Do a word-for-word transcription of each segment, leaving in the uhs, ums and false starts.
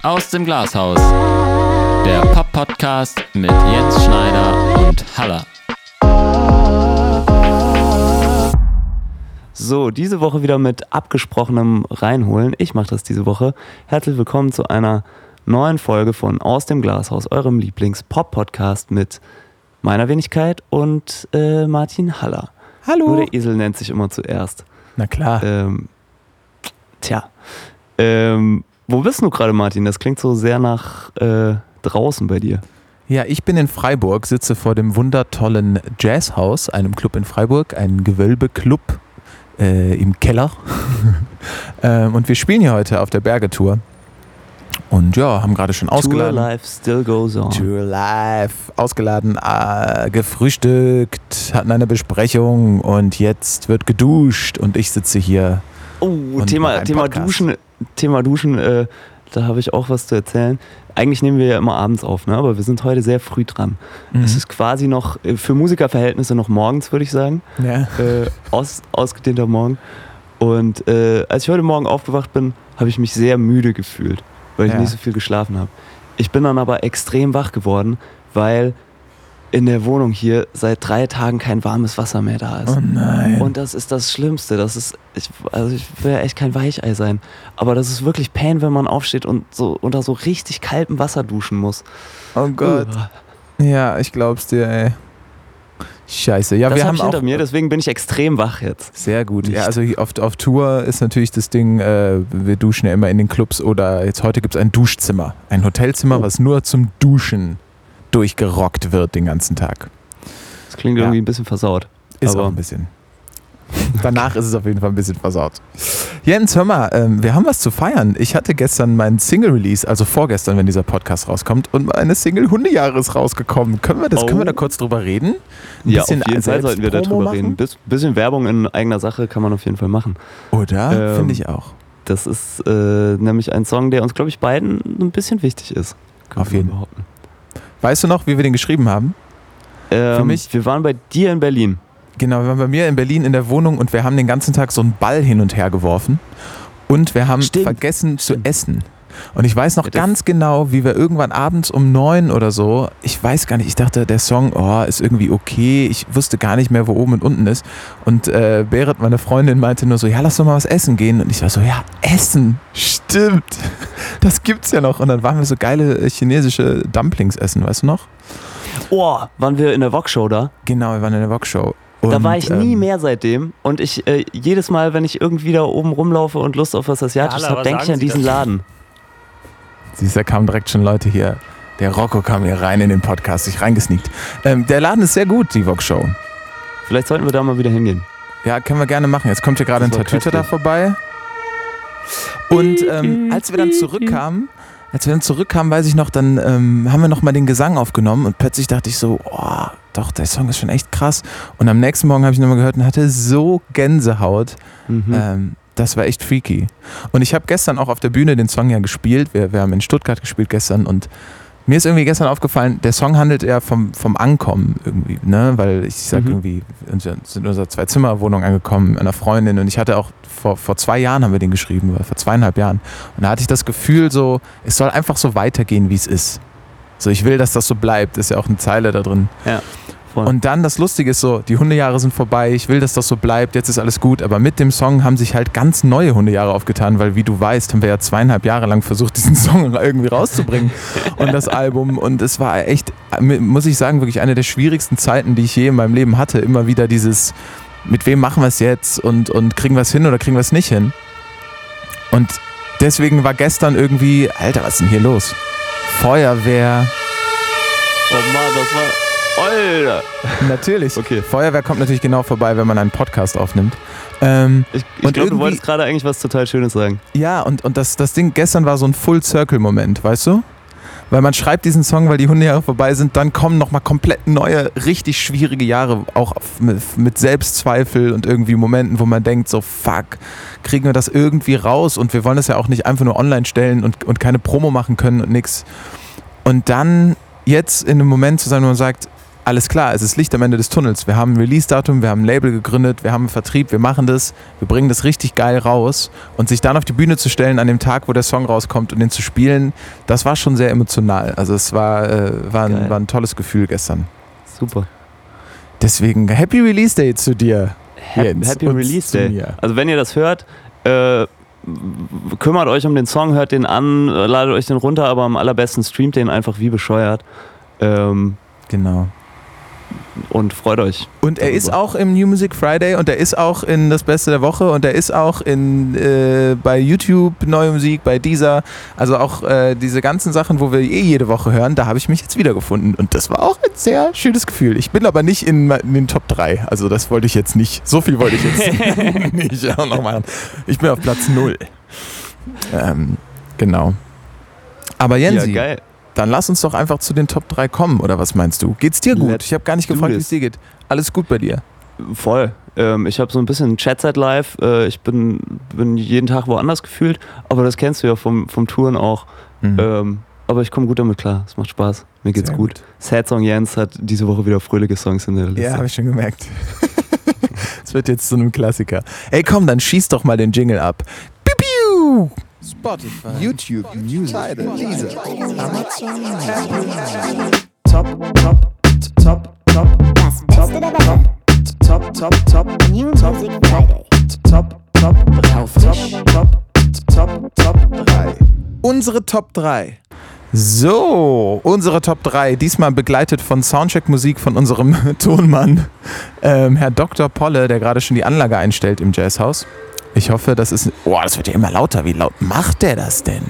Aus dem Glashaus, der Pop-Podcast mit Jens Schneider und Halla. So, diese Woche wieder mit abgesprochenem Reinholen. Ich mache das diese Woche. Herzlich willkommen zu einer neuen Folge von Aus dem Glashaus, eurem Lieblings-Pop-Podcast mit meiner Wenigkeit und äh, Martin Haller. Hallo. Nur der Esel nennt sich immer zuerst. Na klar. Ähm, tja. Ähm, wo bist du gerade, Martin? Das klingt so sehr nach äh, draußen bei dir. Ja, ich bin in Freiburg, sitze vor dem wundertollen Jazzhaus, einem Club in Freiburg, ein Gewölbeclub äh, im Keller. ähm, und wir spielen hier heute auf der Bergetour. Und ja, haben gerade schon ausgeladen. Tour life still goes on. Tour life. Ausgeladen, äh, gefrühstückt, hatten eine Besprechung und jetzt wird geduscht und ich sitze hier. Oh, Thema, Thema Duschen, Thema Duschen, äh, da habe ich auch was zu erzählen. Eigentlich nehmen wir ja immer abends auf, ne? Aber wir sind heute sehr früh dran. Mhm. Es ist quasi noch, für Musikerverhältnisse noch morgens, würde ich sagen. Ja. Äh, aus, ausgedehnter Morgen. Und äh, als ich heute Morgen aufgewacht bin, habe ich mich sehr müde gefühlt, weil ich ja. nicht so viel geschlafen habe. Ich bin dann aber extrem wach geworden, weil in der Wohnung hier seit drei Tagen kein warmes Wasser mehr da ist. Oh nein. Und das ist das Schlimmste. Das ist, ich, also ich will ja echt kein Weichei sein, aber das ist wirklich Pain, wenn man aufsteht und so unter so richtig kaltem Wasser duschen muss. Oh Gott. Uh. Ja, ich glaub's dir, ey. Scheiße. Ja, das wir hab haben ich hinter auch mir, deswegen bin ich extrem wach jetzt. Sehr gut. Nicht. Ja, also auf, auf Tour ist natürlich das Ding, äh, wir duschen ja immer in den Clubs oder jetzt heute gibt es ein Duschzimmer. Ein Hotelzimmer, oh. was nur zum Duschen durchgerockt wird den ganzen Tag. Das klingt ja. irgendwie ein bisschen versaut. Ist aber auch ein bisschen. Danach ist es auf jeden Fall ein bisschen versaut. Jens, hör mal, ähm, wir haben was zu feiern. Ich hatte gestern meinen Single-Release, also vorgestern, wenn dieser Podcast rauskommt, und meine Single Hundejahre ist rausgekommen. Können wir, das, oh. können wir da kurz drüber reden? Ein ja, auf jeden Fall sollten wir darüber reden. Ein bisschen Werbung in eigener Sache kann man auf jeden Fall machen. Oder? Ähm, Finde ich auch. Das ist äh, nämlich ein Song, der uns, glaube ich, beiden ein bisschen wichtig ist. Auf jeden Fall. Weißt du noch, wie wir den geschrieben haben? Ähm, Für mich? Wir waren bei dir in Berlin. Genau, wir waren bei mir in Berlin in der Wohnung und wir haben den ganzen Tag so einen Ball hin und her geworfen und wir haben Stimmt. vergessen zu Stimmt. essen. Und ich weiß noch ja, ganz genau, wie wir irgendwann abends um neun oder so, ich weiß gar nicht, ich dachte, der Song oh, ist irgendwie okay, ich wusste gar nicht mehr, wo oben und unten ist. Und äh, Berit, meine Freundin, meinte nur so, ja, lass doch mal was essen gehen. Und ich war so, ja, Essen, stimmt, das gibt's ja noch. Und dann waren wir so geile chinesische Dumplings essen, weißt du noch? Oh, waren wir in der Vogue-Show da? Genau, wir waren in der Vogue-Show. Und, da war ich nie ähm, mehr seitdem und ich äh, jedes Mal, wenn ich irgendwie da oben rumlaufe und Lust auf was Asiatisches ja, habe, denke ich an diesen das? Laden. Siehst du, da kamen direkt schon Leute hier. Der Rocco kam hier rein in den Podcast, sich reingesneakt. Ähm, der Laden ist sehr gut, die Vogue-Show. Vielleicht sollten wir da mal wieder hingehen. Ja, können wir gerne machen. Jetzt kommt hier gerade ein Das war Tatüter da köstlich. vorbei. Und ähm, als wir dann zurückkamen, als wir dann zurückkamen, weiß ich noch, dann ähm, haben wir nochmal den Gesang aufgenommen und plötzlich dachte ich so, oh, doch, der Song ist schon echt krass. Und am nächsten Morgen habe ich nochmal gehört und hatte so Gänsehaut. Mhm. Ähm, das war echt freaky. Und ich habe gestern auch auf der Bühne den Song ja gespielt. Wir, wir haben in Stuttgart gespielt gestern und mir ist irgendwie gestern aufgefallen, der Song handelt eher vom, vom Ankommen irgendwie, ne? Weil ich sag Mhm. irgendwie, wir sind in unserer Zwei-Zimmer-Wohnung angekommen, einer Freundin und ich hatte auch, vor, vor zwei Jahren haben wir den geschrieben, oder vor zweieinhalb Jahren. Und da hatte ich das Gefühl so, es soll einfach so weitergehen, wie es ist. So, ich will, dass das so bleibt, ist ja auch eine Zeile da drin. Ja, voll. Und dann das Lustige ist so, die Hundejahre sind vorbei, ich will, dass das so bleibt, jetzt ist alles gut, aber mit dem Song haben sich halt ganz neue Hundejahre aufgetan, weil wie du weißt, haben wir ja zweieinhalb Jahre lang versucht, diesen Song irgendwie rauszubringen und das Album und es war echt, muss ich sagen, wirklich eine der schwierigsten Zeiten, die ich je in meinem Leben hatte, immer wieder dieses, mit wem machen wir es jetzt und, und kriegen wir es hin oder kriegen wir es nicht hin und deswegen war gestern irgendwie, Alter, was ist denn hier los? Feuerwehr. Oh Mann, das war... Alter! Natürlich. Okay. Feuerwehr kommt natürlich genau vorbei, wenn man einen Podcast aufnimmt. Ähm, Ich, ich glaube, du wolltest gerade eigentlich was total Schönes sagen. ja, und, und das, das Ding gestern war so ein Full-Circle-Moment, weißt du? Weil man schreibt diesen Song, weil die Hundejahre vorbei sind, dann kommen nochmal komplett neue, richtig schwierige Jahre, auch mit, mit Selbstzweifel und irgendwie Momenten, wo man denkt, so fuck, kriegen wir das irgendwie raus und wir wollen das ja auch nicht einfach nur online stellen und, und keine Promo machen können und nix. Und dann jetzt in einem Moment zu sein, wo man sagt, alles klar, es ist Licht am Ende des Tunnels. Wir haben ein Release-Datum, wir haben ein Label gegründet, wir haben einen Vertrieb, wir machen das, wir bringen das richtig geil raus. Und sich dann auf die Bühne zu stellen an dem Tag, wo der Song rauskommt und den zu spielen, das war schon sehr emotional. Also es war, äh, war, ein, war ein tolles Gefühl gestern. Super. Deswegen Happy Release Day zu dir. Happy, Happy Release Day. Also wenn ihr das hört, äh, kümmert euch um den Song, hört den an, ladet euch den runter, aber am allerbesten streamt den einfach wie bescheuert. Ähm, genau. Und freut euch. Und er darüber. Ist auch im New Music Friday und er ist auch in das Beste der Woche und er ist auch in, äh, bei YouTube Neue Musik, bei Deezer. Also auch äh, diese ganzen Sachen, wo wir eh jede Woche hören, da habe ich mich jetzt wiedergefunden. Und das war auch ein sehr schönes Gefühl. Ich bin aber nicht in, in den Top drei. Also das wollte ich jetzt nicht. So viel wollte ich jetzt nicht auch noch machen. Ich bin auf Platz null. Ähm, genau. Aber Jensi. Ja, geil. Dann lass uns doch einfach zu den Top drei kommen, oder was meinst du? Geht's dir gut? Let's ich habe gar nicht gefragt, wie es dir geht. Alles gut bei dir? Voll. Ähm, ich habe so ein bisschen Chatzeit live. Äh, ich bin, bin jeden Tag woanders gefühlt, aber das kennst du ja vom, vom Touren auch. Mhm. Ähm, aber ich komme gut damit klar. Es macht Spaß. Mir geht's Sehr gut. gut. Sad Song Jens hat diese Woche wieder fröhliche Songs in der Liste. Ja, habe ich schon gemerkt. Es wird jetzt zu einem Klassiker. Ey, komm, dann schieß doch mal den Jingle ab. Piu, piu. Spotify, YouTube, Music, Deezer, Amazon, Top, Top, Top, Top, das Beste der Woche. Top, Top, Top, New Music Friday. Top, Top, Auf Fisch. Top, Top, Top drei. Unsere Top drei. So, unsere Top drei, diesmal begleitet von Soundcheck-Musik von unserem Tonmann, ähm, Herr Doktor Polle, der gerade schon die Anlage einstellt im Jazzhaus. Ich hoffe, das ist... Boah, das wird ja immer lauter. Wie laut macht der das denn?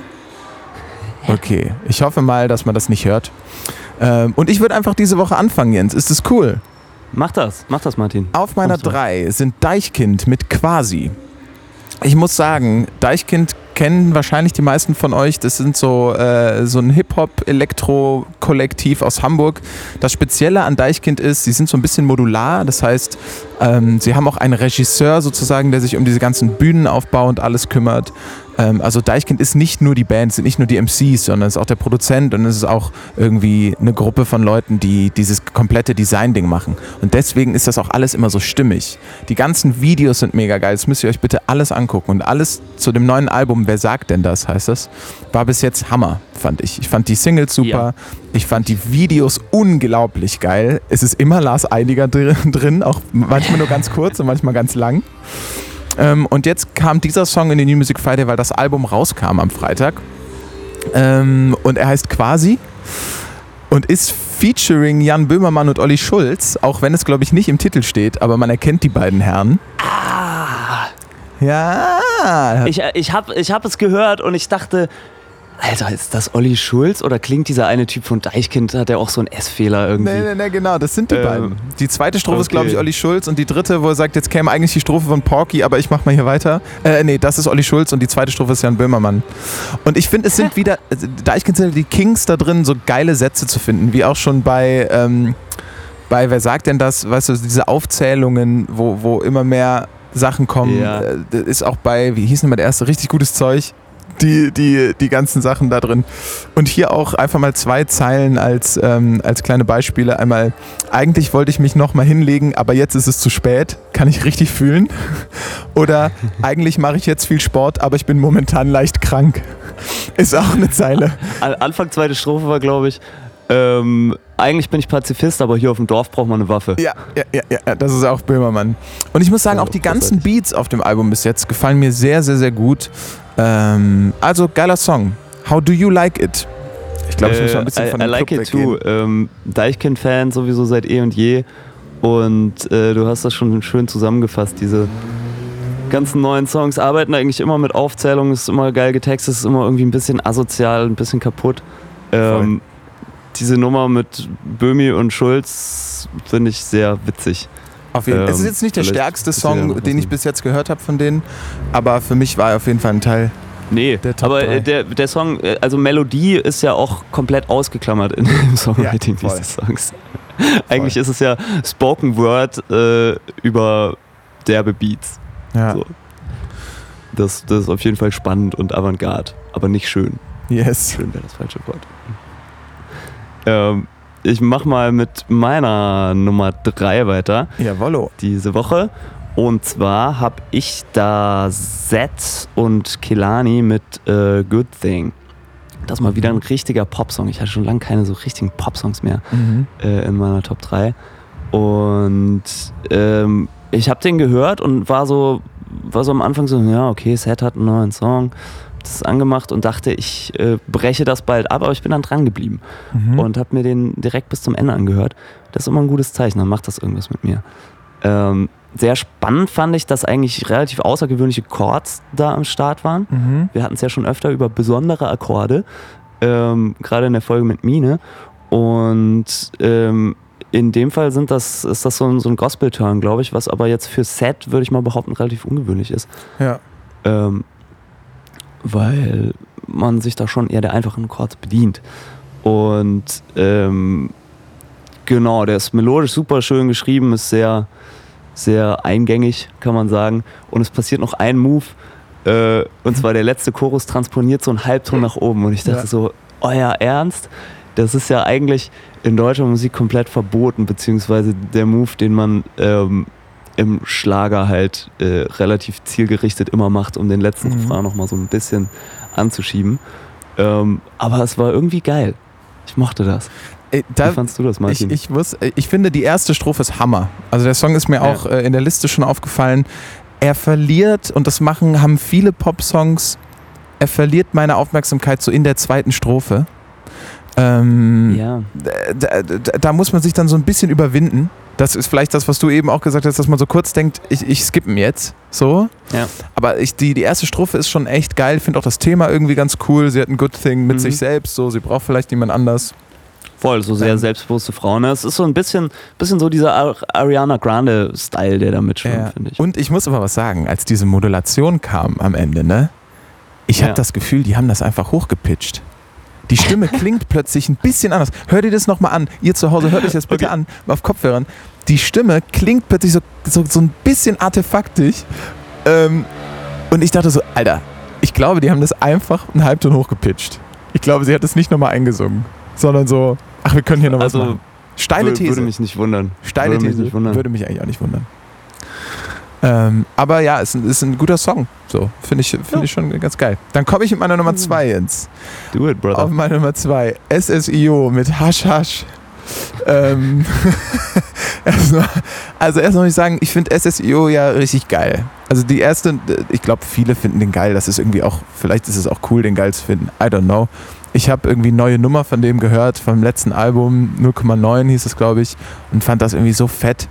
Okay, ich hoffe mal, dass man das nicht hört. Ähm, und ich würde einfach diese Woche anfangen, Jens. Ist das cool? Mach das, mach das, Martin. Auf meiner drei sind Deichkind mit Quasi. Ich muss sagen, Deichkind kennen wahrscheinlich die meisten von euch. Das sind so, äh, so ein Hip-Hop-Elektro-Kollektiv aus Hamburg. Das Spezielle an Deichkind ist, sie sind so ein bisschen modular. Das heißt, ähm, sie haben auch einen Regisseur sozusagen, der sich um diese ganzen Bühnenaufbau und alles kümmert. Ähm, also Deichkind ist nicht nur die Band, sind nicht nur die M Cs, sondern es ist auch der Produzent und es ist auch irgendwie eine Gruppe von Leuten, die dieses komplette Design-Ding machen. Und deswegen ist das auch alles immer so stimmig. Die ganzen Videos sind mega geil. Das müsst ihr euch bitte alles angucken. Und alles zu dem neuen Album, Wer sagt denn das, heißt das, war bis jetzt Hammer, fand ich. Ich fand die Singles super. Ja. Ich fand die Videos unglaublich geil. Es ist immer Lars Einiger drin, auch manchmal nur ganz kurz und manchmal ganz lang. Ähm, und jetzt kam dieser Song in den New Music Friday, weil das Album rauskam am Freitag. Ähm, und er heißt Quasi und ist featuring Jan Böhmermann und Olli Schulz, auch wenn es, glaube ich, nicht im Titel steht, aber man erkennt die beiden Herren. Ah! Ja! Ich, ich habe ich hab es gehört und ich dachte, Alter, ist das Olli Schulz oder klingt dieser eine Typ von Deichkind, hat der auch so einen S-Fehler irgendwie? Nee, nee, nee, genau, das sind die ähm, beiden. Die zweite Strophe okay. ist, glaube ich, Olli Schulz und die dritte, wo er sagt, jetzt käme eigentlich die Strophe von Porky, aber ich mach mal hier weiter. Äh, nee, das ist Olli Schulz und die zweite Strophe ist Jan Böhmermann. Und ich finde, es sind wieder, Deichkind sind die Kings da drin, so geile Sätze zu finden, wie auch schon bei, ähm, bei Wer sagt denn das, weißt du, diese Aufzählungen, wo, wo immer mehr Sachen kommen, ja. äh, ist auch bei, wie hieß denn mal der erste, richtig gutes Zeug. Die, die, die ganzen Sachen da drin. Und hier auch einfach mal zwei Zeilen als, ähm, als kleine Beispiele. Einmal, eigentlich wollte ich mich noch mal hinlegen, aber jetzt ist es zu spät. Kann ich richtig fühlen. Oder, eigentlich mache ich jetzt viel Sport, aber ich bin momentan leicht krank. Ist auch eine Zeile. Anfang zweite Strophe war, glaube ich, ähm, eigentlich bin ich Pazifist, aber hier auf dem Dorf braucht man eine Waffe. Ja, ja, ja, ja, das ist auch Böhmermann. Und ich muss sagen, auch die ganzen Beats auf dem Album bis jetzt gefallen mir sehr, sehr, sehr gut. Ähm, also, geiler Song. How do you like it? Ich glaube, ich muss mal ein bisschen äh, von dem dem I like Club it too. Ähm, Deichkind-Fan sowieso seit eh und je. Und äh, du hast das schon schön zusammengefasst. Diese ganzen neuen Songs arbeiten eigentlich immer mit Aufzählungen, ist immer geil getextet, ist immer irgendwie ein bisschen asozial, ein bisschen kaputt. Ähm, diese Nummer mit Böhmi und Schulz finde ich sehr witzig. Auf jeden Fall. Ähm, es ist jetzt nicht der stärkste Song, den ich bis jetzt gehört habe von denen, aber für mich war er auf jeden Fall ein Teil. Nee, der Top aber drei. Der, der Song, also Melodie ist ja auch komplett ausgeklammert in dem Songwriting ja, dieses Songs. Eigentlich ist es ja Spoken Word äh, über derbe Beats. Ja. So. Das, das ist auf jeden Fall spannend und avantgarde, aber nicht schön. Yes. Schön wäre das falsche Wort. Ähm, ich mach mal mit meiner Nummer drei weiter. Jawollo. Diese Woche. Und zwar habe ich da Zed und Kehlani mit äh, Good Thing. Das ist mal wieder ein richtiger Popsong. Ich hatte schon lange keine so richtigen Popsongs mehr Mhm. äh, in meiner Top drei. Und ähm, ich habe den gehört und war so, war so am Anfang so, ja, okay, Zed hat einen neuen Song. Hab das angemacht und dachte, ich äh, breche das bald ab, aber ich bin dann dran geblieben. Mhm. Und habe mir den direkt bis zum Ende angehört. Das ist immer ein gutes Zeichen, dann macht das irgendwas mit mir. Ähm, sehr spannend fand ich, dass eigentlich relativ außergewöhnliche Chords da am Start waren. Mhm. Wir hatten es ja schon öfter über besondere Akkorde, ähm, gerade in der Folge mit Mine. Und ähm, in dem Fall sind das, ist das so ein, so ein Gospel-Turn, glaube ich, was aber jetzt für Set, würde ich mal behaupten, relativ ungewöhnlich ist. Ja. Ähm, weil man sich da schon eher der einfachen Chords bedient. Und ähm, genau, der ist melodisch super schön geschrieben, ist sehr, sehr eingängig, kann man sagen. Und es passiert noch ein Move, äh, und zwar der letzte Chorus transponiert so einen Halbton nach oben. Und ich dachte Ja. so, euer Ernst? Das ist ja eigentlich in deutscher Musik komplett verboten, beziehungsweise der Move, den man ähm, im Schlager halt äh, relativ zielgerichtet immer macht, um den letzten Mhm. Refrain nochmal so ein bisschen anzuschieben. Ähm, aber es war irgendwie geil. Ich mochte das. Äh, Da, Wie fandst du das, ich, Martin? ich, muss, ich finde, die erste Strophe ist Hammer. Also der Song ist mir Ja. auch äh, in der Liste schon aufgefallen. Er verliert, und das machen, haben viele Popsongs, er verliert meine Aufmerksamkeit so in der zweiten Strophe. Ähm, ja. da, da, da muss man sich dann so ein bisschen überwinden. Das ist vielleicht das, was du eben auch gesagt hast, dass man so kurz denkt, ich, ich skippe ihn jetzt. So. Ja. Aber ich, die, die erste Strophe ist schon echt geil. Ich finde auch das Thema irgendwie ganz cool. Sie hat ein Good Thing mit Mhm. sich selbst. So, sie braucht vielleicht jemand anders. Voll, so sehr Ähm, selbstbewusste Frauen. Es ist so ein bisschen, bisschen so dieser Ar- Ariana Grande-Style, der da mitschwimmt, Ja. finde ich. Und ich muss aber was sagen, als diese Modulation kam am Ende, ne? Ich Ja. habe das Gefühl, die haben das einfach hochgepitcht. Die Stimme klingt plötzlich ein bisschen anders. Hör dir das nochmal an. Ihr zu Hause, hört euch das bitte Okay. an, auf Kopfhörern. Die Stimme klingt plötzlich so, so, so ein bisschen artefaktig. Ähm, und ich dachte so, Alter, ich glaube, die haben das einfach einen Halbton hochgepitcht. Ich glaube, sie hat es nicht nochmal eingesungen, sondern so, ach, wir können hier noch was Also, machen. Steile Wür- These. Würde mich nicht wundern. Steile würde mich These. nicht wundern. Würde mich eigentlich auch nicht wundern. Ähm, aber ja, es ist, ist ein guter Song. So, finde ich, find Ja. ich schon ganz geil. Dann komme ich mit meiner Nummer zwei ins. Do it, brother. Auf meine Nummer zwei. S S I O mit Hasch Hasch. ähm, erstmal, also erstmal muss ich sagen, ich finde S S I O ja richtig geil. Also die erste, ich glaube, viele finden den geil. Das ist irgendwie auch, vielleicht ist es auch cool, den geil zu finden. I don't know. Ich habe irgendwie neue Nummer von dem gehört, vom letzten Album, null Komma neun hieß es, glaube ich, und fand das irgendwie so fett.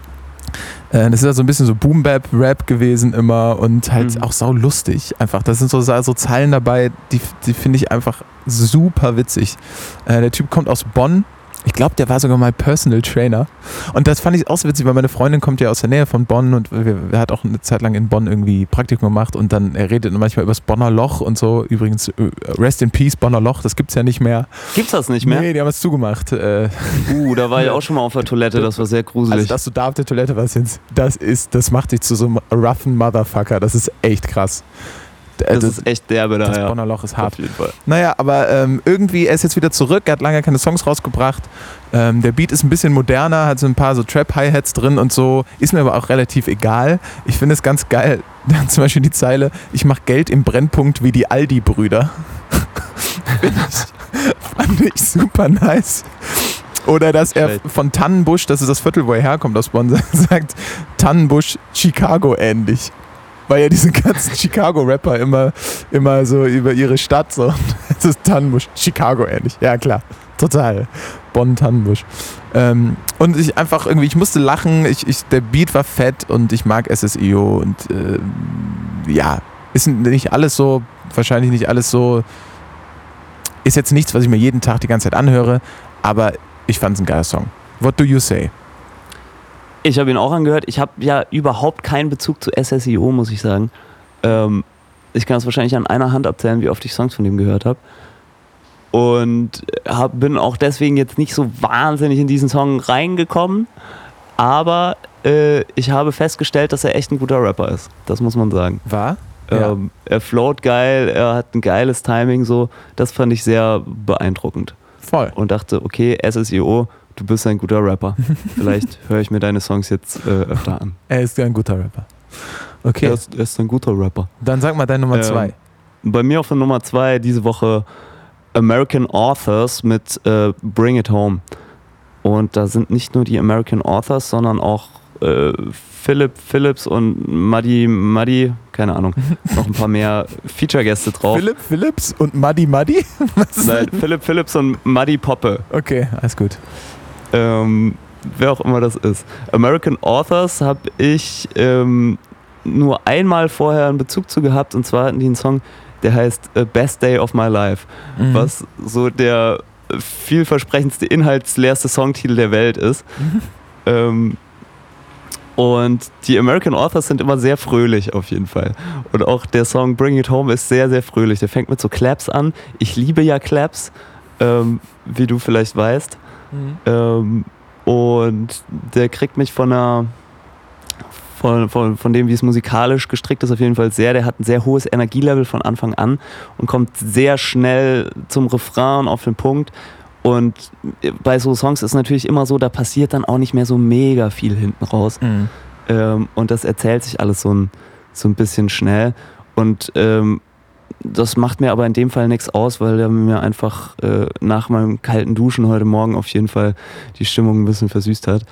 Äh, Das ist ja so ein bisschen so Boom-Bap-Rap gewesen immer und halt Mhm. auch sau lustig einfach. Da sind so, so Zeilen dabei, die, die finde ich einfach super witzig. Äh, der Typ kommt aus Bonn. Ich glaube, der war sogar mal Personal Trainer. Und das fand ich auch so witzig, weil meine Freundin kommt ja aus der Nähe von Bonn und wir, wir hat auch eine Zeit lang in Bonn irgendwie Praktikum gemacht und dann er redet manchmal über das Bonner Loch und so. Übrigens, äh, Rest in Peace, Bonner Loch, das gibt's ja nicht mehr. Gibt's das nicht mehr? Nee, die haben es zugemacht. Äh, Uh, da war ich auch schon mal auf der Toilette, das war sehr gruselig. Also, dass du da auf der Toilette warst, Jens, das ist, das macht dich zu so einem roughen Motherfucker. Das ist echt krass. das, das ist echt derbe da, das ja. Bonner Loch ist hart. Auf jeden Fall. Naja, aber ähm, irgendwie, er ist jetzt wieder zurück, er hat lange keine Songs rausgebracht. Ähm, der Beat ist ein bisschen moderner, hat so ein paar so Trap-Hi-Hats drin und so. Ist mir aber auch relativ egal. Ich finde es ganz geil. Dann zum Beispiel die Zeile, ich mache Geld im Brennpunkt wie die Aldi-Brüder. Finde ich, fand ich super nice. Oder dass er Schlecht. von Tannenbusch, das ist das Viertel, wo er herkommt aus Bonn, sagt Tannenbusch Chicago ähnlich. Weil ja diese ganzen Chicago-Rapper immer, immer so über ihre Stadt so. Das ist Tannenbusch, Chicago ähnlich. Ja klar, total. Bonn, Tannenbusch. Ähm, und ich einfach irgendwie, ich musste lachen, ich, ich, der Beat war fett und ich mag S S I O und äh, ja, ist nicht alles so, wahrscheinlich nicht alles so, ist jetzt nichts, was ich mir jeden Tag die ganze Zeit anhöre, aber ich fand es ein geiler Song. What do you say? Ich habe ihn auch angehört. Ich habe ja überhaupt keinen Bezug zu S S I O, muss ich sagen. Ähm, ich kann es wahrscheinlich an einer Hand abzählen, wie oft ich Songs von dem gehört habe. Und hab, bin auch deswegen jetzt nicht so wahnsinnig in diesen Song reingekommen. Aber äh, ich habe festgestellt, dass er echt ein guter Rapper ist. Das muss man sagen. War? Ja. Ähm, er float geil, er hat ein geiles Timing. So. Das fand ich sehr beeindruckend. Voll. und dachte, okay, S S I O, du bist ein guter Rapper. Vielleicht höre ich mir deine Songs jetzt äh, öfter an. Er ist ein guter Rapper. Okay, Er ist, er ist ein guter Rapper. dann sag mal deine Nummer Ähm, zwei. Bei mir auf der Nummer zwei diese Woche American Authors mit äh, Bring It Home. Und da sind nicht nur die American Authors, sondern auch äh, Philip Phillips und Muddy Muddy, keine Ahnung, noch ein paar mehr Feature-Gäste drauf. Philipp Phillips und Muddy Muddy? Was ist Nein, Philip Phillips und Muddy Poppe. Okay, alles gut. Ähm, wer auch immer das ist. American Authors habe ich ähm, nur einmal vorher einen Bezug zu gehabt, und zwar hatten die einen Song, der heißt äh, Best Day of My Life, Mhm. was so der vielversprechendste, inhaltsleerste Songtitel der Welt ist. Mhm. Ähm, und die American Authors sind immer sehr fröhlich auf jeden Fall. Und auch der Song Bring It Home ist sehr, sehr fröhlich. Der fängt mit so Claps an. Ich liebe ja Claps, ähm, wie du vielleicht weißt. Mhm. Ähm, und der kriegt mich von einer von, von, von dem, wie es musikalisch gestrickt ist, auf jeden Fall sehr. Der hat ein sehr hohes Energielevel von Anfang an und kommt sehr schnell zum Refrain auf den Punkt. Und bei so Songs ist es natürlich immer so, da passiert dann auch nicht mehr so mega viel hinten raus. Mhm. Ähm, und das erzählt sich alles so ein, so ein bisschen schnell. Und ähm, das macht mir aber in dem Fall nichts aus, weil er mir einfach äh, nach meinem kalten Duschen heute Morgen auf jeden Fall die Stimmung ein bisschen versüßt hat.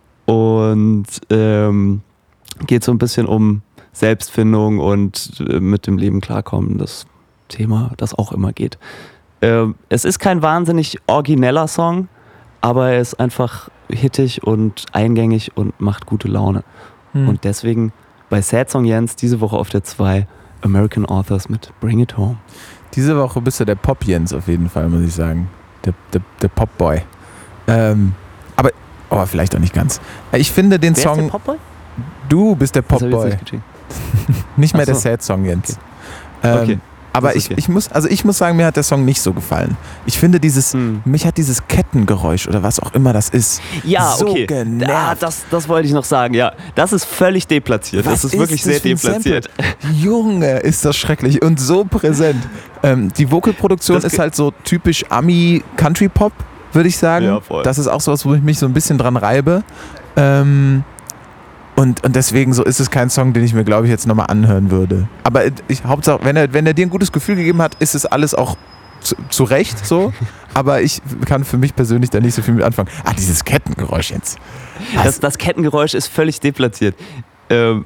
Und ähm, geht so ein bisschen um Selbstfindung und äh, mit dem Leben klarkommen, das Thema, das auch immer geht. Ähm, es ist kein wahnsinnig origineller Song, aber er ist einfach hittig und eingängig und macht gute Laune. Mhm. Und deswegen bei Sad Song Jens diese Woche auf der zwei American Authors mit Bring It Home. Diese Woche bist du der Pop-Jens auf jeden Fall, muss ich sagen. Der, der, der Pop-Boy. Ähm, aber, oh, vielleicht auch nicht ganz. Ich finde den Wer Song, ist der Popboy? du bist der Das hab ich jetzt Pop-Boy. nicht gecheckt. Nicht mehr Ach der so. Sad-Song, Jens. Okay. Ähm, Okay. Aber Das ich, ist okay. ich, muss, also ich muss sagen, mir hat der Song nicht so gefallen. Ich finde dieses, Hm. mich hat dieses Kettengeräusch oder was auch immer das ist, Ja, so okay. genervt. Ah, das, das wollte ich noch sagen, ja. Das ist völlig deplatziert. Was das ist ist wirklich das sehr für ein deplatziert. Junge, ist das schrecklich und so präsent. Ähm, die Vocalproduktion Das ist ge- halt so typisch Ami-Country-Pop, würde ich sagen. Ja, voll. Das ist auch sowas, wo ich mich so ein bisschen dran reibe. Ähm, und, und deswegen so ist es kein Song, den ich mir, glaube ich, jetzt nochmal anhören würde. Aber ich, Hauptsache, wenn er, wenn er dir ein gutes Gefühl gegeben hat, ist es alles auch zu, zu Recht so. Aber ich kann für mich persönlich da nicht so viel mit anfangen. Ah, dieses Kettengeräusch jetzt. Das, das Kettengeräusch ist völlig deplatziert. Ähm,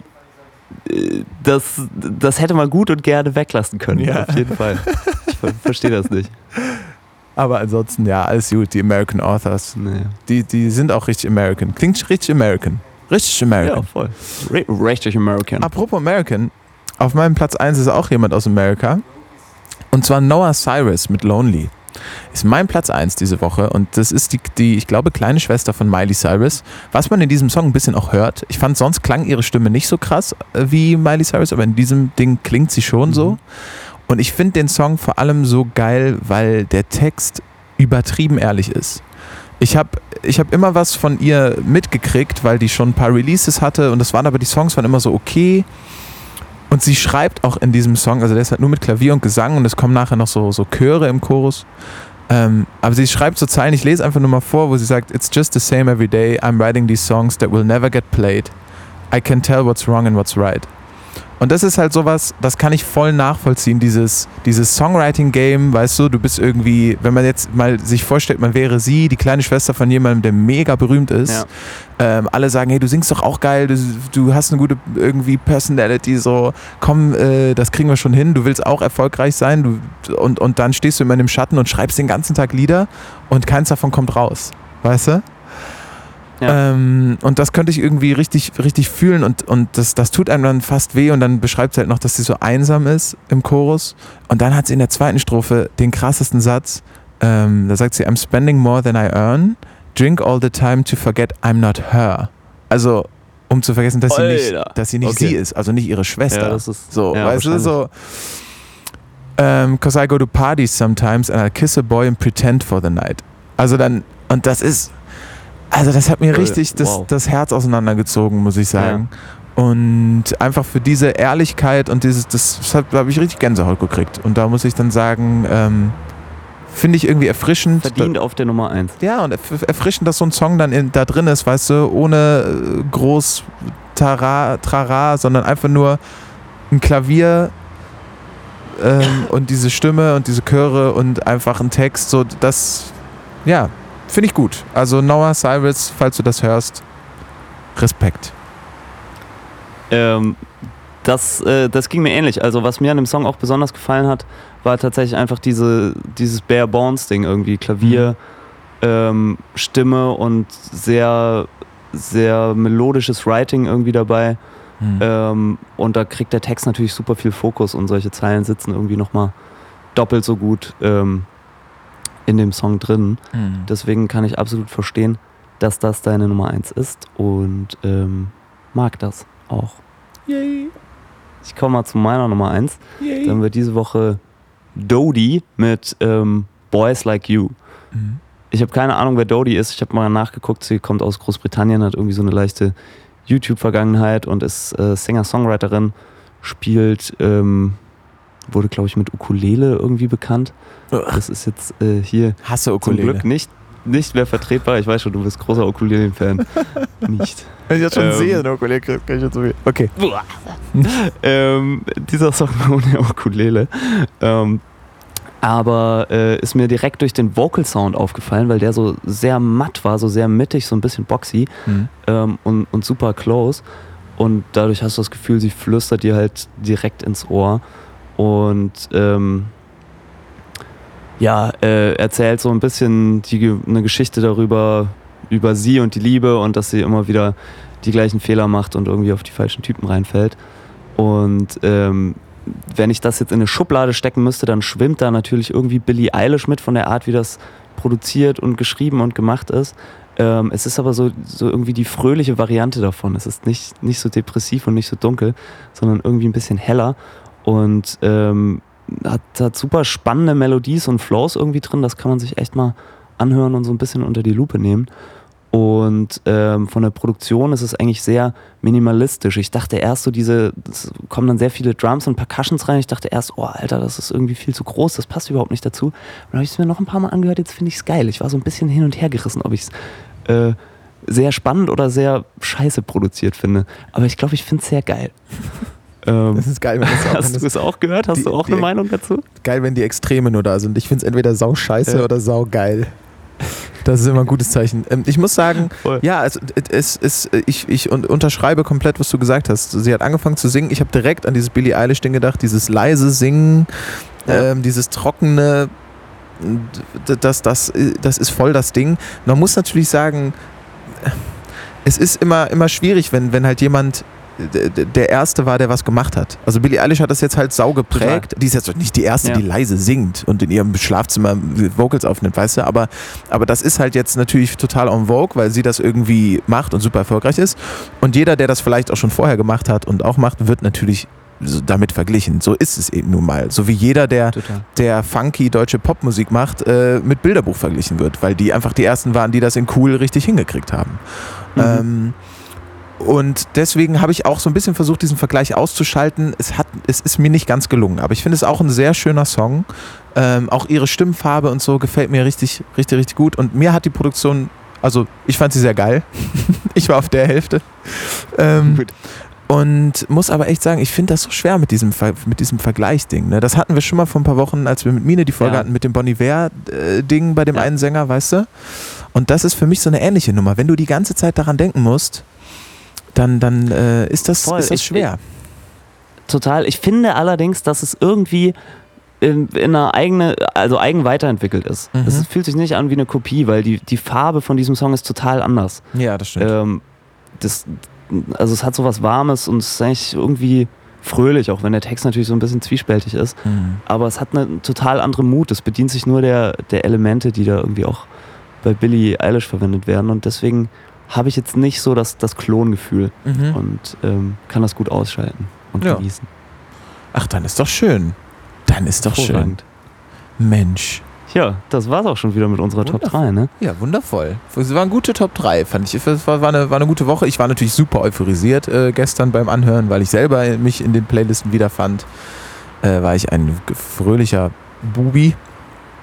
äh, das, das hätte man gut und gerne weglassen können, Ja. auf jeden Fall. Ich ver verstehe das nicht. Aber ansonsten, ja, alles gut. Die American Authors, Nee. die, die sind auch richtig American. Klingt richtig American. Richtig Ja, American. voll. Re richtig American. Apropos American, auf meinem Platz eins ist auch jemand aus Amerika. Und zwar Noah Cyrus mit Lonely. Ist mein Platz eins diese Woche. Und das ist die, die, ich glaube, kleine Schwester von Miley Cyrus. Was man in diesem Song ein bisschen auch hört. Ich fand, sonst klang ihre Stimme nicht so krass äh, wie Miley Cyrus, aber in diesem Ding klingt sie schon Mhm. so. Und ich finde den Song vor allem so geil, weil der Text übertrieben ehrlich ist. Ich habe ich hab immer was von ihr mitgekriegt, weil die schon ein paar Releases hatte und das waren aber, die Songs waren immer so okay. Und sie schreibt auch in diesem Song, also der ist halt nur mit Klavier und Gesang und es kommen nachher noch so, so Chöre im Chorus. Ähm, aber sie schreibt so Zeilen, ich lese einfach nur mal vor, wo sie sagt, "It's just the same every day, I'm writing these songs that will never get played. I can tell what's wrong and what's right." Und das ist halt sowas, das kann ich voll nachvollziehen, dieses, dieses Songwriting-Game, weißt du, du bist irgendwie, wenn man jetzt mal sich vorstellt, man wäre sie, die kleine Schwester von jemandem, der mega berühmt ist. Ja. Ähm, alle sagen, hey, du singst doch auch geil, du, du hast eine gute irgendwie Personality, so, komm, äh, das kriegen wir schon hin, du willst auch erfolgreich sein, du, und, und dann stehst du immer in dem Schatten und schreibst den ganzen Tag Lieder und keins davon kommt raus, weißt du? Ja. Ähm, und das könnte ich irgendwie richtig, richtig fühlen und, und das, das tut einem dann fast weh und dann beschreibt sie halt noch, dass sie so einsam ist im Chorus und dann hat sie in der zweiten Strophe den krassesten Satz, ähm, da sagt sie, "I'm spending more than I earn, drink all the time to forget I'm not her." Also, um zu vergessen, dass sie nicht, Alter. dass sie nicht Okay. sie ist, also nicht ihre Schwester. Ja, das ist- so, ja, weißt du, wahrscheinlich. so ähm, "Cause I go to parties sometimes and I kiss a boy and pretend for the night." Also dann, und das ist, also das hat mir Äh, richtig das, wow. das Herz auseinandergezogen, muss ich sagen. Und einfach für diese Ehrlichkeit und dieses, das, das habe ich richtig Gänsehaut gekriegt. Und da muss ich dann sagen, ähm, finde ich irgendwie erfrischend. Verdient auf der Nummer eins. Ja, und erf- erfrischend, dass so ein Song dann in, da drin ist, weißt du, ohne äh, groß Tara, Trara, sondern einfach nur ein Klavier ähm, und diese Stimme und diese Chöre und einfach ein Text, so das, ja, finde ich gut. Also Noah Cyrus, falls du das hörst, Respekt. Ähm, das, äh, das ging mir ähnlich. Also was mir an dem Song auch besonders gefallen hat, war tatsächlich einfach diese, dieses Bare Bones Ding irgendwie. Klavier, mhm. ähm, Stimme und sehr, sehr melodisches Writing irgendwie dabei. Mhm. Ähm, und da kriegt der Text natürlich super viel Fokus und solche Zeilen sitzen irgendwie nochmal doppelt so gut ähm, in dem Song drin. Mhm. Deswegen kann ich absolut verstehen, dass das deine Nummer eins ist und ähm, mag das auch. Yay. Ich komme mal zu meiner Nummer eins. Yay. Da haben wir diese Woche Dodie mit ähm, Boys Like You. Mhm. Ich habe keine Ahnung, wer Dodie ist. Ich habe mal nachgeguckt. Sie kommt aus Großbritannien, hat irgendwie so eine leichte YouTube-Vergangenheit und ist äh, Singer-Songwriterin, spielt, ähm, wurde glaube ich mit Ukulele irgendwie bekannt. Das ist jetzt äh, hier Hasse Ukulele. zum Glück nicht, nicht mehr vertretbar. Ich weiß schon, du bist großer Ukulelen-Fan. Nicht. Wenn ich das schon ähm, sehe, eine Ukulele, kann ich jetzt so viel. Okay. ähm, dieser Song ohne Ukulele. Ähm, aber äh, ist mir direkt durch den Vocal Sound aufgefallen, weil der so sehr matt war, so sehr mittig, so ein bisschen boxy mhm. ähm, und, und super close. Und dadurch hast du das Gefühl, sie flüstert dir halt direkt ins Ohr. Und ähm, ja, äh, erzählt so ein bisschen die, eine Geschichte darüber, über sie und die Liebe und dass sie immer wieder die gleichen Fehler macht und irgendwie auf die falschen Typen reinfällt. Und ähm, wenn ich das jetzt in eine Schublade stecken müsste, dann schwimmt da natürlich irgendwie Billie Eilish mit von der Art, wie das produziert und geschrieben und gemacht ist. Ähm, es ist aber so, so irgendwie die fröhliche Variante davon. Es ist nicht, nicht so depressiv und nicht so dunkel, sondern irgendwie ein bisschen heller und ähm, hat, hat super spannende Melodies und Flows irgendwie drin. Das kann man sich echt mal anhören und so ein bisschen unter die Lupe nehmen. Und ähm, von der Produktion ist es eigentlich sehr minimalistisch. Ich dachte erst so diese, es kommen dann sehr viele Drums und Percussions rein. Ich dachte erst, oh Alter, das ist irgendwie viel zu groß, das passt überhaupt nicht dazu. Und dann habe ich es mir noch ein paar Mal angehört, jetzt finde ich es geil. Ich war so ein bisschen hin und her gerissen, ob ich es äh, sehr spannend oder sehr scheiße produziert finde. Aber ich glaube, ich finde es sehr geil. ähm, das ist geil, wenn das auch, hast du es auch gehört? Hast die, du auch die, eine Meinung dazu? Geil, wenn die Extreme nur da sind. Ich finde es entweder sau scheiße ja. oder sau geil. Das ist immer ein gutes Zeichen. Ich muss sagen, Voll. ja, es, es, es, ich, ich unterschreibe komplett, was du gesagt hast. Sie hat angefangen zu singen. Ich habe direkt an dieses Billie Eilish-Ding gedacht, dieses leise Singen, ja. ähm, dieses trockene, das, das, das ist voll das Ding. Man muss natürlich sagen, es ist immer, immer schwierig, wenn, wenn halt jemand der Erste war, der was gemacht hat. Also Billie Eilish hat das jetzt halt sau geprägt. Total. Die ist jetzt nicht die Erste, ja. die leise singt und in ihrem Schlafzimmer Vocals aufnimmt, weißt du, aber, aber das ist halt jetzt natürlich total en vogue, weil sie das irgendwie macht und super erfolgreich ist. Und jeder, der das vielleicht auch schon vorher gemacht hat und auch macht, wird natürlich damit verglichen. So ist es eben nun mal. So wie jeder, der, der funky deutsche Popmusik macht, äh, mit Bilderbuch verglichen wird, weil die einfach die Ersten waren, die das in cool richtig hingekriegt haben. Mhm. Ähm, Und deswegen habe ich auch so ein bisschen versucht, diesen Vergleich auszuschalten. Es, hat, es ist mir nicht ganz gelungen, aber ich finde es auch ein sehr schöner Song. Ähm, auch ihre Stimmfarbe und so gefällt mir richtig, richtig, richtig gut. Und mir hat die Produktion, also ich fand sie sehr geil. Ich war auf der Hälfte. Ähm, gut. Und muss aber echt sagen, ich finde das so schwer mit diesem, mit diesem Vergleichsding. Ne? Das hatten wir schon mal vor ein paar Wochen, als wir mit Mine die Folge ja. hatten, mit dem Bon Iver-Ding bei dem ja. einen Sänger, weißt du? Und das ist für mich so eine ähnliche Nummer. Wenn du die ganze Zeit daran denken musst, dann, dann äh, ist, das, ist das schwer. Ich, total. Ich finde allerdings, dass es irgendwie in, in einer eigene, also eigen weiterentwickelt ist. Mhm. Es fühlt sich nicht an wie eine Kopie, weil die, die Farbe von diesem Song ist total anders. Ja, das stimmt. Ähm, das, also es hat so was Warmes und es ist eigentlich irgendwie fröhlich, auch wenn der Text natürlich so ein bisschen zwiespältig ist. Mhm. Aber es hat eine total andere Mut. Es bedient sich nur der, der Elemente, die da irgendwie auch bei Billie Eilish verwendet werden. Und deswegen habe ich jetzt nicht so das, das Klongefühl mhm. und ähm, kann das gut ausschalten und ja. genießen. Ach, dann ist doch schön. Dann ist doch schön. Mensch. Ja, das war's auch schon wieder mit unserer Top drei, ne? Ja, wundervoll. Es waren gute Top drei, fand ich. Es war, war, eine, war eine gute Woche. Ich war natürlich super euphorisiert äh, gestern beim Anhören, weil ich selber mich in den Playlisten wiederfand. Äh, war ich ein fröhlicher Bubi.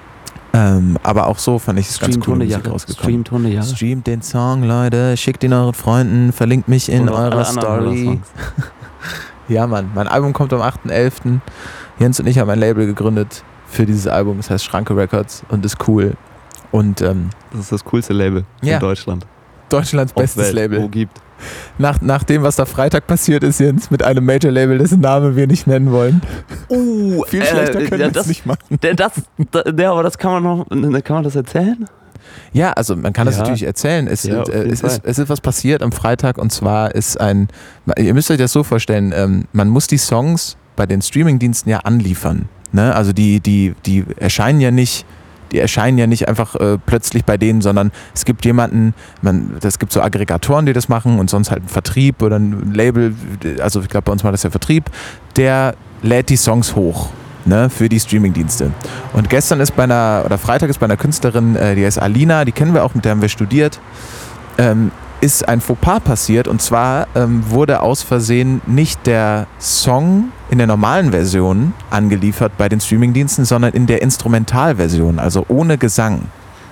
Ähm, aber auch so fand ich es ganz cool, Musik Hundejahre. rausgekommen. Streamt Hundejahre. Streamt den Song, Leute, schickt ihn euren Freunden, verlinkt mich in Oder auch alle eurer anderen Story. Songs. Ja, Mann, mein Album kommt am achten elften Jens und ich haben ein Label gegründet für dieses Album, das heißt Schranke Records und ist cool. Und ähm, Das ist das coolste Label Ja. in Deutschland. Deutschlands Auf bestes Welt, Label. Wo gibt. Nach, nach dem, was da Freitag passiert ist, Jens, mit einem Major-Label, dessen Namen wir nicht nennen wollen. Uh, Viel schlechter können wir das, es nicht machen. Der, das, da, ja, aber das kann man noch, kann man das erzählen? Ja, also man kann das Ja. natürlich erzählen. Es, Ja, auf äh, jeden es, ist, Fall. es ist was passiert am Freitag und zwar ist ein, ihr müsst euch das so vorstellen, ähm, man muss die Songs bei den Streamingdiensten ja anliefern. Ne? Also die, die, die erscheinen ja nicht, die erscheinen ja nicht einfach äh, plötzlich bei denen, sondern es gibt jemanden, man, es gibt so Aggregatoren, die das machen und sonst halt ein Vertrieb oder ein Label, also ich glaube bei uns war das der Vertrieb, der lädt die Songs hoch. Ne, für die Streamingdienste. Und gestern ist bei einer, oder Freitag ist bei einer Künstlerin, äh, die heißt Alina, die kennen wir auch, mit der haben wir studiert, ähm, ist ein Fauxpas passiert und zwar ähm, wurde aus Versehen nicht der Song in der normalen Version angeliefert bei den Streamingdiensten, sondern in der Instrumentalversion, also ohne Gesang.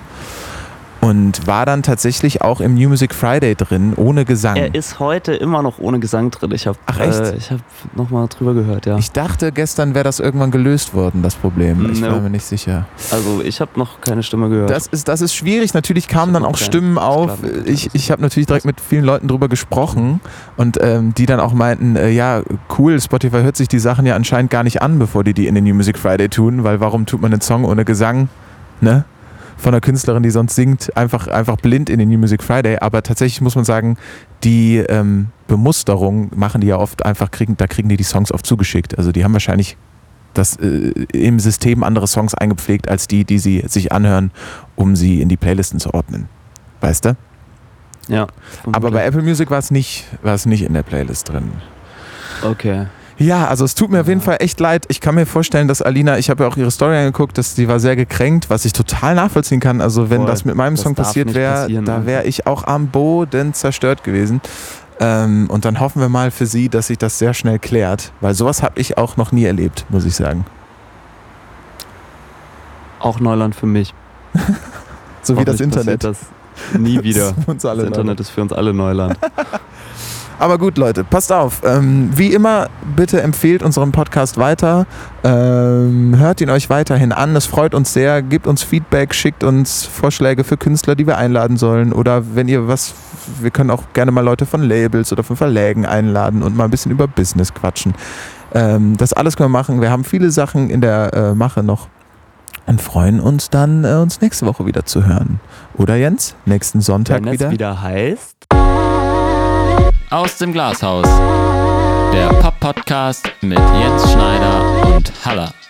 Und war dann tatsächlich auch im New Music Friday drin, ohne Gesang. Er ist heute immer noch ohne Gesang drin. Ich habe Ach, echt? äh, ich habe nochmal drüber gehört, ja. Ich dachte, gestern wäre das irgendwann gelöst worden, das Problem. Ich No. war mir nicht sicher. Also ich habe noch keine Stimme gehört. Das ist, das ist schwierig. Natürlich kamen dann auch Okay. Stimmen auf. Klar, Ich, ich habe natürlich direkt mit vielen Leuten drüber gesprochen und ähm, die dann auch meinten, äh, ja, cool, Spotify hört sich die Sachen ja anscheinend gar nicht an, bevor die die in den New Music Friday tun, weil warum tut man einen Song ohne Gesang, ne? Von einer Künstlerin, die sonst singt, einfach, einfach blind in den New Music Friday. Aber tatsächlich muss man sagen, die ähm, Bemusterung machen die ja oft einfach, kriegen, da kriegen die die Songs oft zugeschickt. Also die haben wahrscheinlich das äh, im System andere Songs eingepflegt, als die, die sie sich anhören, um sie in die Playlisten zu ordnen. Weißt du? ja. Aber bei Apple Music war es nicht, war es nicht in der Playlist drin. Okay. Ja, also es tut mir auf jeden Fall echt leid. Ich kann mir vorstellen, dass Alina, ich habe ja auch ihre Story angeguckt, dass sie war sehr gekränkt, was ich total nachvollziehen kann. Also wenn Voll. das mit meinem Das Song darf passiert nicht wäre, passieren, da einfach. wäre ich auch am Boden zerstört gewesen. Ähm, und dann hoffen wir mal für sie, dass sich das sehr schnell klärt, weil sowas habe ich auch noch nie erlebt, muss ich sagen. Auch Neuland für mich. So wie das Hoffentlich Internet. passiert das nie wieder. Das ist für uns alle Das Internet Neuland. ist für uns alle Neuland. Aber gut, Leute, passt auf. Ähm, wie immer, bitte empfehlt unseren Podcast weiter. Ähm, hört ihn euch weiterhin an. Das freut uns sehr. Gebt uns Feedback, schickt uns Vorschläge für Künstler, die wir einladen sollen. Oder wenn ihr was, wir können auch gerne mal Leute von Labels oder von Verlägen einladen und mal ein bisschen über Business quatschen. Ähm, das alles können wir machen. Wir haben viele Sachen in der äh, Mache noch. Und freuen uns dann, äh, uns nächste Woche wieder zu hören. Oder Jens? Nächsten Sonntag Wenn es wieder? wieder heißt... Aus dem Glashaus. Der Pop-Podcast mit Jens Schneider und Halla.